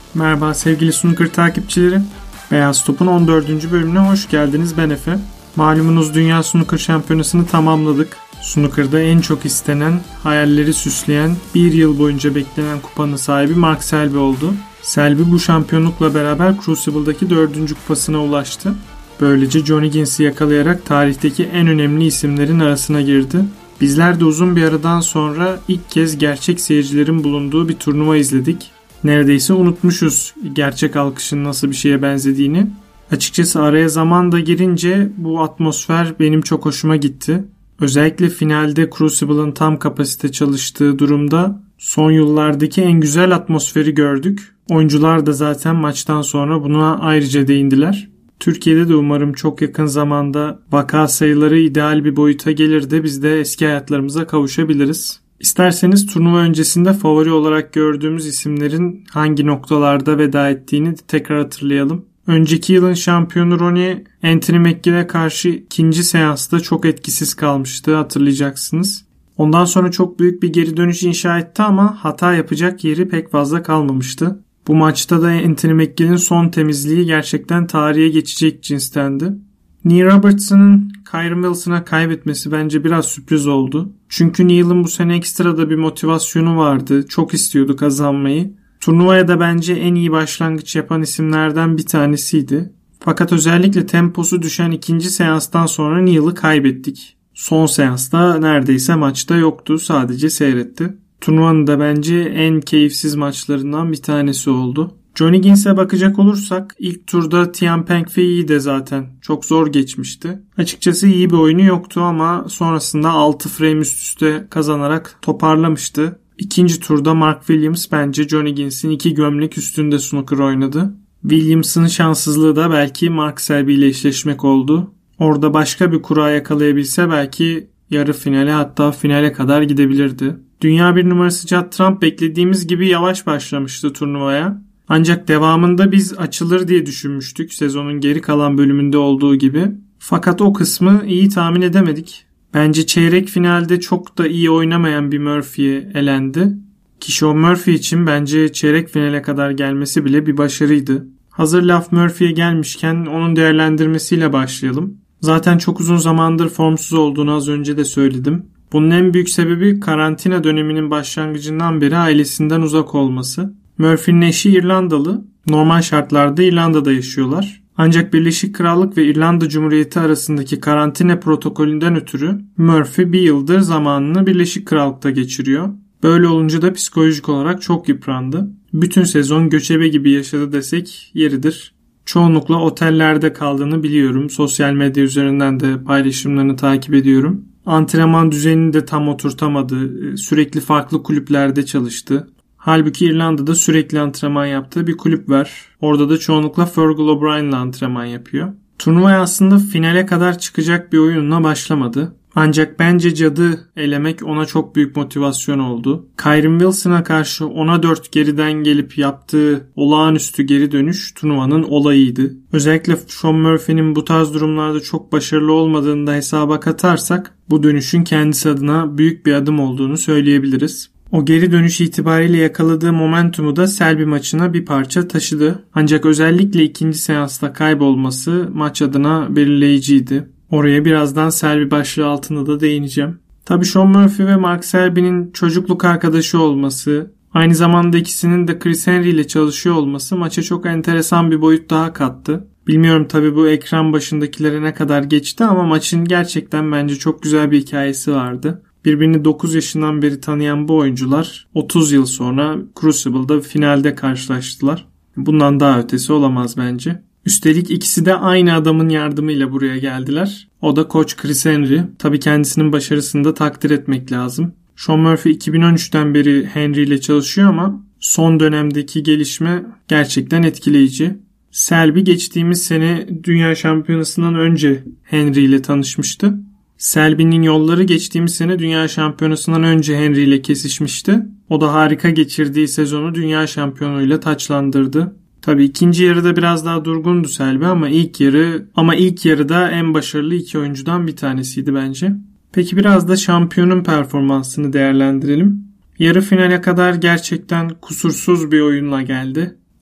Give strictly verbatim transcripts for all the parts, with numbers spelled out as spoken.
Merhaba sevgili snooker takipçileri. Beyaz Top'un on dördüncü bölümüne hoş geldiniz. Ben Efe. Malumunuz Dünya Snooker Şampiyonası'nı tamamladık. Snooker'da en çok istenen, hayalleri süsleyen, bir yıl boyunca beklenen kupanın sahibi Mark Selby oldu. Selby bu şampiyonlukla beraber Crucible'daki dördüncü kupasına ulaştı. Böylece John Higgins'i yakalayarak tarihteki en önemli isimlerin arasına girdi. Bizler de uzun bir aradan sonra ilk kez gerçek seyircilerin bulunduğu bir turnuva izledik. Neredeyse unutmuşuz gerçek alkışın nasıl bir şeye benzediğini. Açıkçası araya zaman da girince bu atmosfer benim çok hoşuma gitti. Özellikle finalde Crucible'ın tam kapasite çalıştığı durumda son yıllardaki en güzel atmosferi gördük. Oyuncular da zaten maçtan sonra buna ayrıca değindiler. Türkiye'de de umarım çok yakın zamanda vaka sayıları ideal bir boyuta gelir de biz de eski hayatlarımıza kavuşabiliriz. İsterseniz turnuva öncesinde favori olarak gördüğümüz isimlerin hangi noktalarda veda ettiğini tekrar hatırlayalım. Önceki yılın şampiyonu Ronnie, Anthony McGill'e karşı ikinci seansta çok etkisiz kalmıştı, hatırlayacaksınız. Ondan sonra çok büyük bir geri dönüş inşa etti ama hata yapacak yeri pek fazla kalmamıştı. Bu maçta da Anthony McGill'in son temizliği gerçekten tarihe geçecek cinstendi. Neil Robertson'ın Kyren Wilson'a kaybetmesi bence biraz sürpriz oldu. Çünkü Neil'in bu sene ekstrada bir motivasyonu vardı. Çok istiyordu kazanmayı. Turnuvaya da bence en iyi başlangıç yapan isimlerden bir tanesiydi. Fakat özellikle temposu düşen ikinci seanstan sonra Neil'i kaybettik. Son seansta neredeyse maçta yoktu. Sadece seyretti. Turnuvanın da bence en keyifsiz maçlarından bir tanesi oldu. John Higgins'e bakacak olursak ilk turda Tian Pengfei'yi de zaten çok zor geçmişti. Açıkçası iyi bir oyunu yoktu ama sonrasında altı frame üst üste kazanarak toparlamıştı. İkinci turda Mark Williams bence John Higgins'in iki gömlek üstünde snooker oynadı. Williams'ın şanssızlığı da belki Mark Selby ile eşleşmek oldu. Orada başka bir kura yakalayabilse belki yarı finale hatta finale kadar gidebilirdi. Dünya bir numarası Judd Trump beklediğimiz gibi yavaş başlamıştı turnuvaya. Ancak devamında biz açılır diye düşünmüştük sezonun geri kalan bölümünde olduğu gibi. Fakat o kısmı iyi tahmin edemedik. Bence çeyrek finalde çok da iyi oynamayan bir Murphy'ye elendi. Ki Sean Murphy için bence çeyrek finale kadar gelmesi bile bir başarıydı. Hazır laf Murphy'ye gelmişken onun değerlendirmesiyle başlayalım. Zaten çok uzun zamandır formsuz olduğunu az önce de söyledim. Bunun en büyük sebebi karantina döneminin başlangıcından beri ailesinden uzak olması. Murphy'nin eşi İrlandalı. Normal şartlarda İrlanda'da yaşıyorlar. Ancak Birleşik Krallık ve İrlanda Cumhuriyeti arasındaki karantina protokolünden ötürü Murphy bir yıldır zamanını Birleşik Krallık'ta geçiriyor. Böyle olunca da psikolojik olarak çok yıprandı. Bütün sezon göçebe gibi yaşadı desek yeridir. Çoğunlukla otellerde kaldığını biliyorum. Sosyal medya üzerinden de paylaşımlarını takip ediyorum. Antrenman düzenini de tam oturtamadı. Sürekli farklı kulüplerde çalıştı. Halbuki İrlanda'da sürekli antrenman yaptığı bir kulüp var. Orada da çoğunlukla Fergal O'Brien'le antrenman yapıyor. Turnuvaya aslında finale kadar çıkacak bir oyunla başlamadı. Ancak bence Judd'ı elemek ona çok büyük motivasyon oldu. Kyren Wilson'a karşı ona dört geriden gelip yaptığı olağanüstü geri dönüş turnuvanın olayıydı. Özellikle Sean Murphy'nin bu tarz durumlarda çok başarılı olmadığını da hesaba katarsak bu dönüşün kendisi adına büyük bir adım olduğunu söyleyebiliriz. O geri dönüş itibariyle yakaladığı momentumu da Selby maçına bir parça taşıdı. Ancak özellikle ikinci seansta kaybolması maç adına belirleyiciydi. Oraya birazdan Selby başlığı altında da değineceğim. Tabii Sean Murphy ve Mark Selby'nin çocukluk arkadaşı olması, aynı zamanda ikisinin de Chris Henry ile çalışıyor olması maça çok enteresan bir boyut daha kattı. Bilmiyorum tabii bu ekran başındakilere ne kadar geçti ama maçın gerçekten bence çok güzel bir hikayesi vardı. Birbirini dokuz yaşından beri tanıyan bu oyuncular otuz yıl sonra Crucible'da finalde karşılaştılar. Bundan daha ötesi olamaz bence. Üstelik ikisi de aynı adamın yardımıyla buraya geldiler. O da koç Chris Henry. Tabii kendisinin başarısını da takdir etmek lazım. Sean Murphy iki bin on üçten beri Henry ile çalışıyor ama son dönemdeki gelişme gerçekten etkileyici. Selby geçtiğimiz sene Dünya Şampiyonası'ndan önce Henry ile tanışmıştı. Selby'nin yolları geçtiğimiz sene Dünya Şampiyonası'ndan önce Henry ile kesişmişti. O da harika geçirdiği sezonu Dünya Şampiyonuyla taçlandırdı. Tabii ikinci yarıda biraz daha durgundu Selby ama ilk yarı ama ilk yarıda en başarılı iki oyuncudan bir tanesiydi bence. Peki biraz da şampiyonun performansını değerlendirelim. Yarı finale kadar gerçekten kusursuz bir oyunla geldi.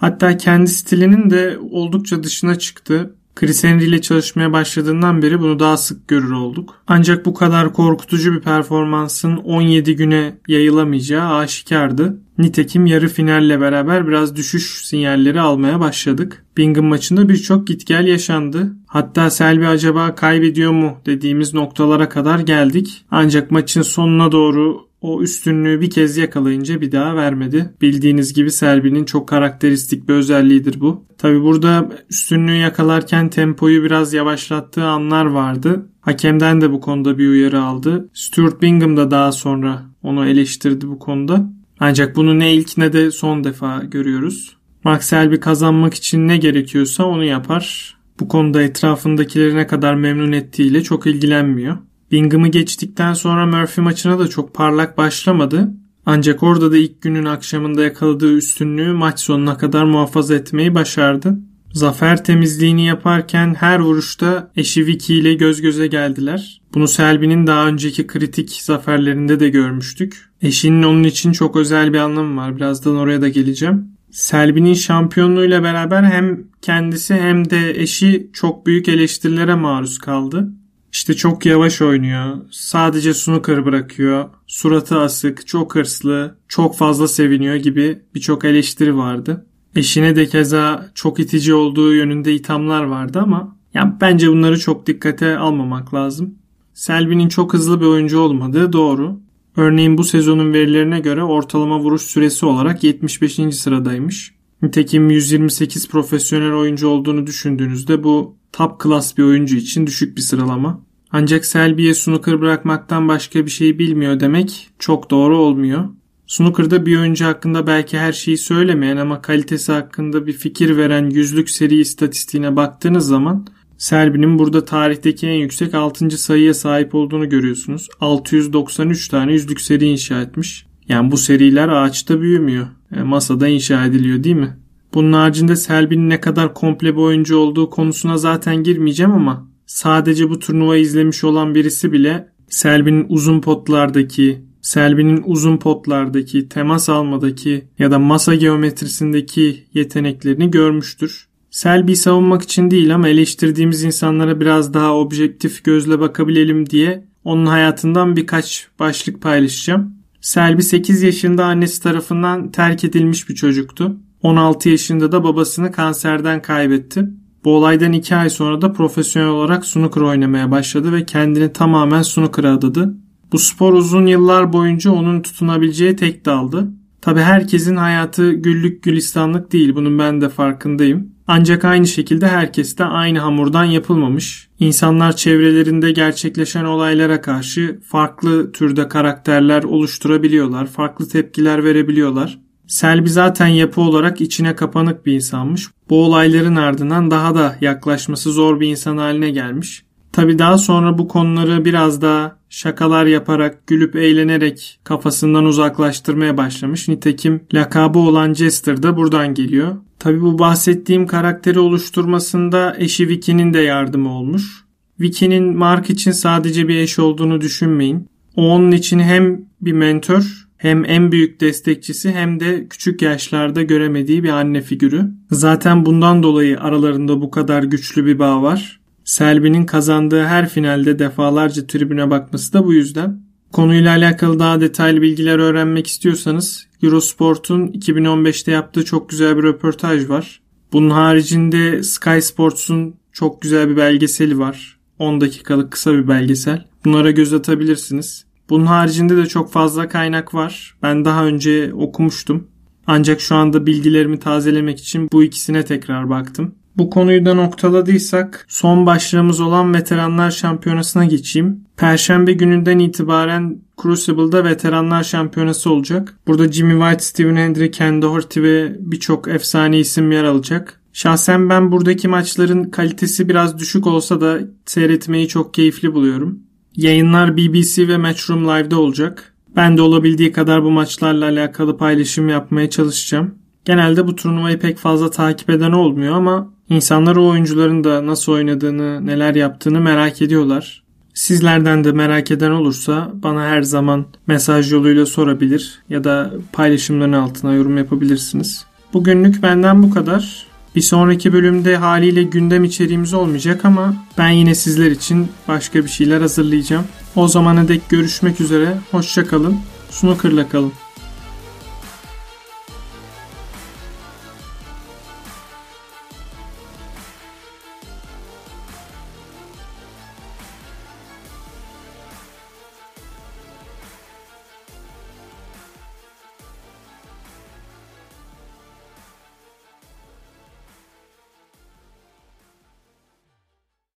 Hatta kendi stilinin de oldukça dışına çıktı. Chris Henry ile çalışmaya başladığından beri bunu daha sık görür olduk. Ancak bu kadar korkutucu bir performansın on yedi güne yayılamayacağı aşikardı. Nitekim yarı finalle beraber biraz düşüş sinyalleri almaya başladık. Bingham maçında birçok gitgel yaşandı. Hatta Selby acaba kaybediyor mu dediğimiz noktalara kadar geldik. Ancak maçın sonuna doğru o üstünlüğü bir kez yakalayınca bir daha vermedi. Bildiğiniz gibi Selby'nin çok karakteristik bir özelliğidir bu. Tabi burada üstünlüğü yakalarken tempoyu biraz yavaşlattığı anlar vardı. Hakemden de bu konuda bir uyarı aldı. Stuart Bingham da daha sonra onu eleştirdi bu konuda. Ancak bunu ne ilk ne de son defa görüyoruz. Mark Selby kazanmak için ne gerekiyorsa onu yapar. Bu konuda etrafındakileri ne kadar memnun ettiğiyle çok ilgilenmiyor. Bingham'ı geçtikten sonra Murphy maçına da çok parlak başlamadı. Ancak orada da ilk günün akşamında yakaladığı üstünlüğü maç sonuna kadar muhafaza etmeyi başardı. Zafer temizliğini yaparken her vuruşta eşi Vicky ile göz göze geldiler. Bunu Selby'nin daha önceki kritik zaferlerinde de görmüştük. Eşinin onun için çok özel bir anlamı var. Birazdan oraya da geleceğim. Selby'nin şampiyonluğuyla beraber hem kendisi hem de eşi çok büyük eleştirilere maruz kaldı. İşte çok yavaş oynuyor, sadece snooker bırakıyor, suratı asık, çok hırslı, çok fazla seviniyor gibi birçok eleştiri vardı. Eşine de keza çok itici olduğu yönünde ithamlar vardı ama yani bence bunları çok dikkate almamak lazım. Selby'nin çok hızlı bir oyuncu olmadığı doğru. Örneğin bu sezonun verilerine göre ortalama vuruş süresi olarak yetmiş beşinci sıradaymış. Nitekim yüz yirmi sekiz profesyonel oyuncu olduğunu düşündüğünüzde bu top class bir oyuncu için düşük bir sıralama. Ancak Selby'ye snooker bırakmaktan başka bir şey bilmiyor demek çok doğru olmuyor. Snooker'da bir oyuncu hakkında belki her şeyi söylemeyen ama kalitesi hakkında bir fikir veren yüzlük seri istatistiğine baktığınız zaman Selby'nin burada tarihteki en yüksek altıncı sayıya sahip olduğunu görüyorsunuz. altı yüz doksan üç tane yüzlük seri inşa etmiş. Yani bu seriler ağaçta büyümüyor. E, masada inşa ediliyor değil mi? Bunun haricinde Selby'nin ne kadar komple bir oyuncu olduğu konusuna zaten girmeyeceğim ama sadece bu turnuvayı izlemiş olan birisi bile Selby'nin uzun potlardaki, Selby'nin uzun potlardaki, temas almadaki ya da masa geometrisindeki yeteneklerini görmüştür. Selby'yi savunmak için değil ama eleştirdiğimiz insanlara biraz daha objektif gözle bakabilelim diye onun hayatından birkaç başlık paylaşacağım. Selby sekiz yaşında annesi tarafından terk edilmiş bir çocuktu. on altı yaşında da babasını kanserden kaybetti. Bu olaydan iki ay sonra da profesyonel olarak snooker oynamaya başladı ve kendini tamamen snooker'a adadı. Bu spor uzun yıllar boyunca onun tutunabileceği tek daldı. Tabi herkesin hayatı güllük gülistanlık değil, bunun ben de farkındayım. Ancak aynı şekilde herkes de aynı hamurdan yapılmamış. İnsanlar çevrelerinde gerçekleşen olaylara karşı farklı türde karakterler oluşturabiliyorlar, farklı tepkiler verebiliyorlar. Selby zaten yapı olarak içine kapanık bir insanmış. Bu olayların ardından daha da yaklaşması zor bir insan haline gelmiş. Tabii daha sonra bu konuları biraz daha şakalar yaparak, gülüp eğlenerek kafasından uzaklaştırmaya başlamış. Nitekim lakabı olan Jester da buradan geliyor. Tabii bu bahsettiğim karakteri oluşturmasında eşi Vicky'nin de yardımı olmuş. Vicky'nin Mark için sadece bir eş olduğunu düşünmeyin. O onun için hem bir mentor, hem en büyük destekçisi hem de küçük yaşlarda göremediği bir anne figürü. Zaten bundan dolayı aralarında bu kadar güçlü bir bağ var. Selby'nin kazandığı her finalde defalarca tribüne bakması da bu yüzden. Konuyla alakalı daha detaylı bilgiler öğrenmek istiyorsanız Eurosport'un iki bin on beşte yaptığı çok güzel bir röportaj var. Bunun haricinde Sky Sports'un çok güzel bir belgeseli var. on dakikalık kısa bir belgesel. Bunlara göz atabilirsiniz. Bunun haricinde de çok fazla kaynak var. Ben daha önce okumuştum. Ancak şu anda bilgilerimi tazelemek için bu ikisine tekrar baktım. Bu konuyu da noktaladıysak son başlığımız olan Veteranlar Şampiyonası'na geçeyim. Perşembe gününden itibaren Crucible'da Veteranlar Şampiyonası olacak. Burada Jimmy White, Stephen Hendry, Ken Doherty ve birçok efsane isim yer alacak. Şahsen ben buradaki maçların kalitesi biraz düşük olsa da seyretmeyi çok keyifli buluyorum. Yayınlar B B C ve Matchroom Live'da olacak. Ben de olabildiği kadar bu maçlarla alakalı paylaşım yapmaya çalışacağım. Genelde bu turnuvayı pek fazla takip eden olmuyor ama insanlar o oyuncuların da nasıl oynadığını, neler yaptığını merak ediyorlar. Sizlerden de merak eden olursa bana her zaman mesaj yoluyla sorabilir ya da paylaşımların altına yorum yapabilirsiniz. Bugünlük benden bu kadar. Bir sonraki bölümde haliyle gündem içeriğimiz olmayacak ama ben yine sizler için başka bir şeyler hazırlayacağım. O zamana dek görüşmek üzere. Hoşça kalın. Snooker'la kalın.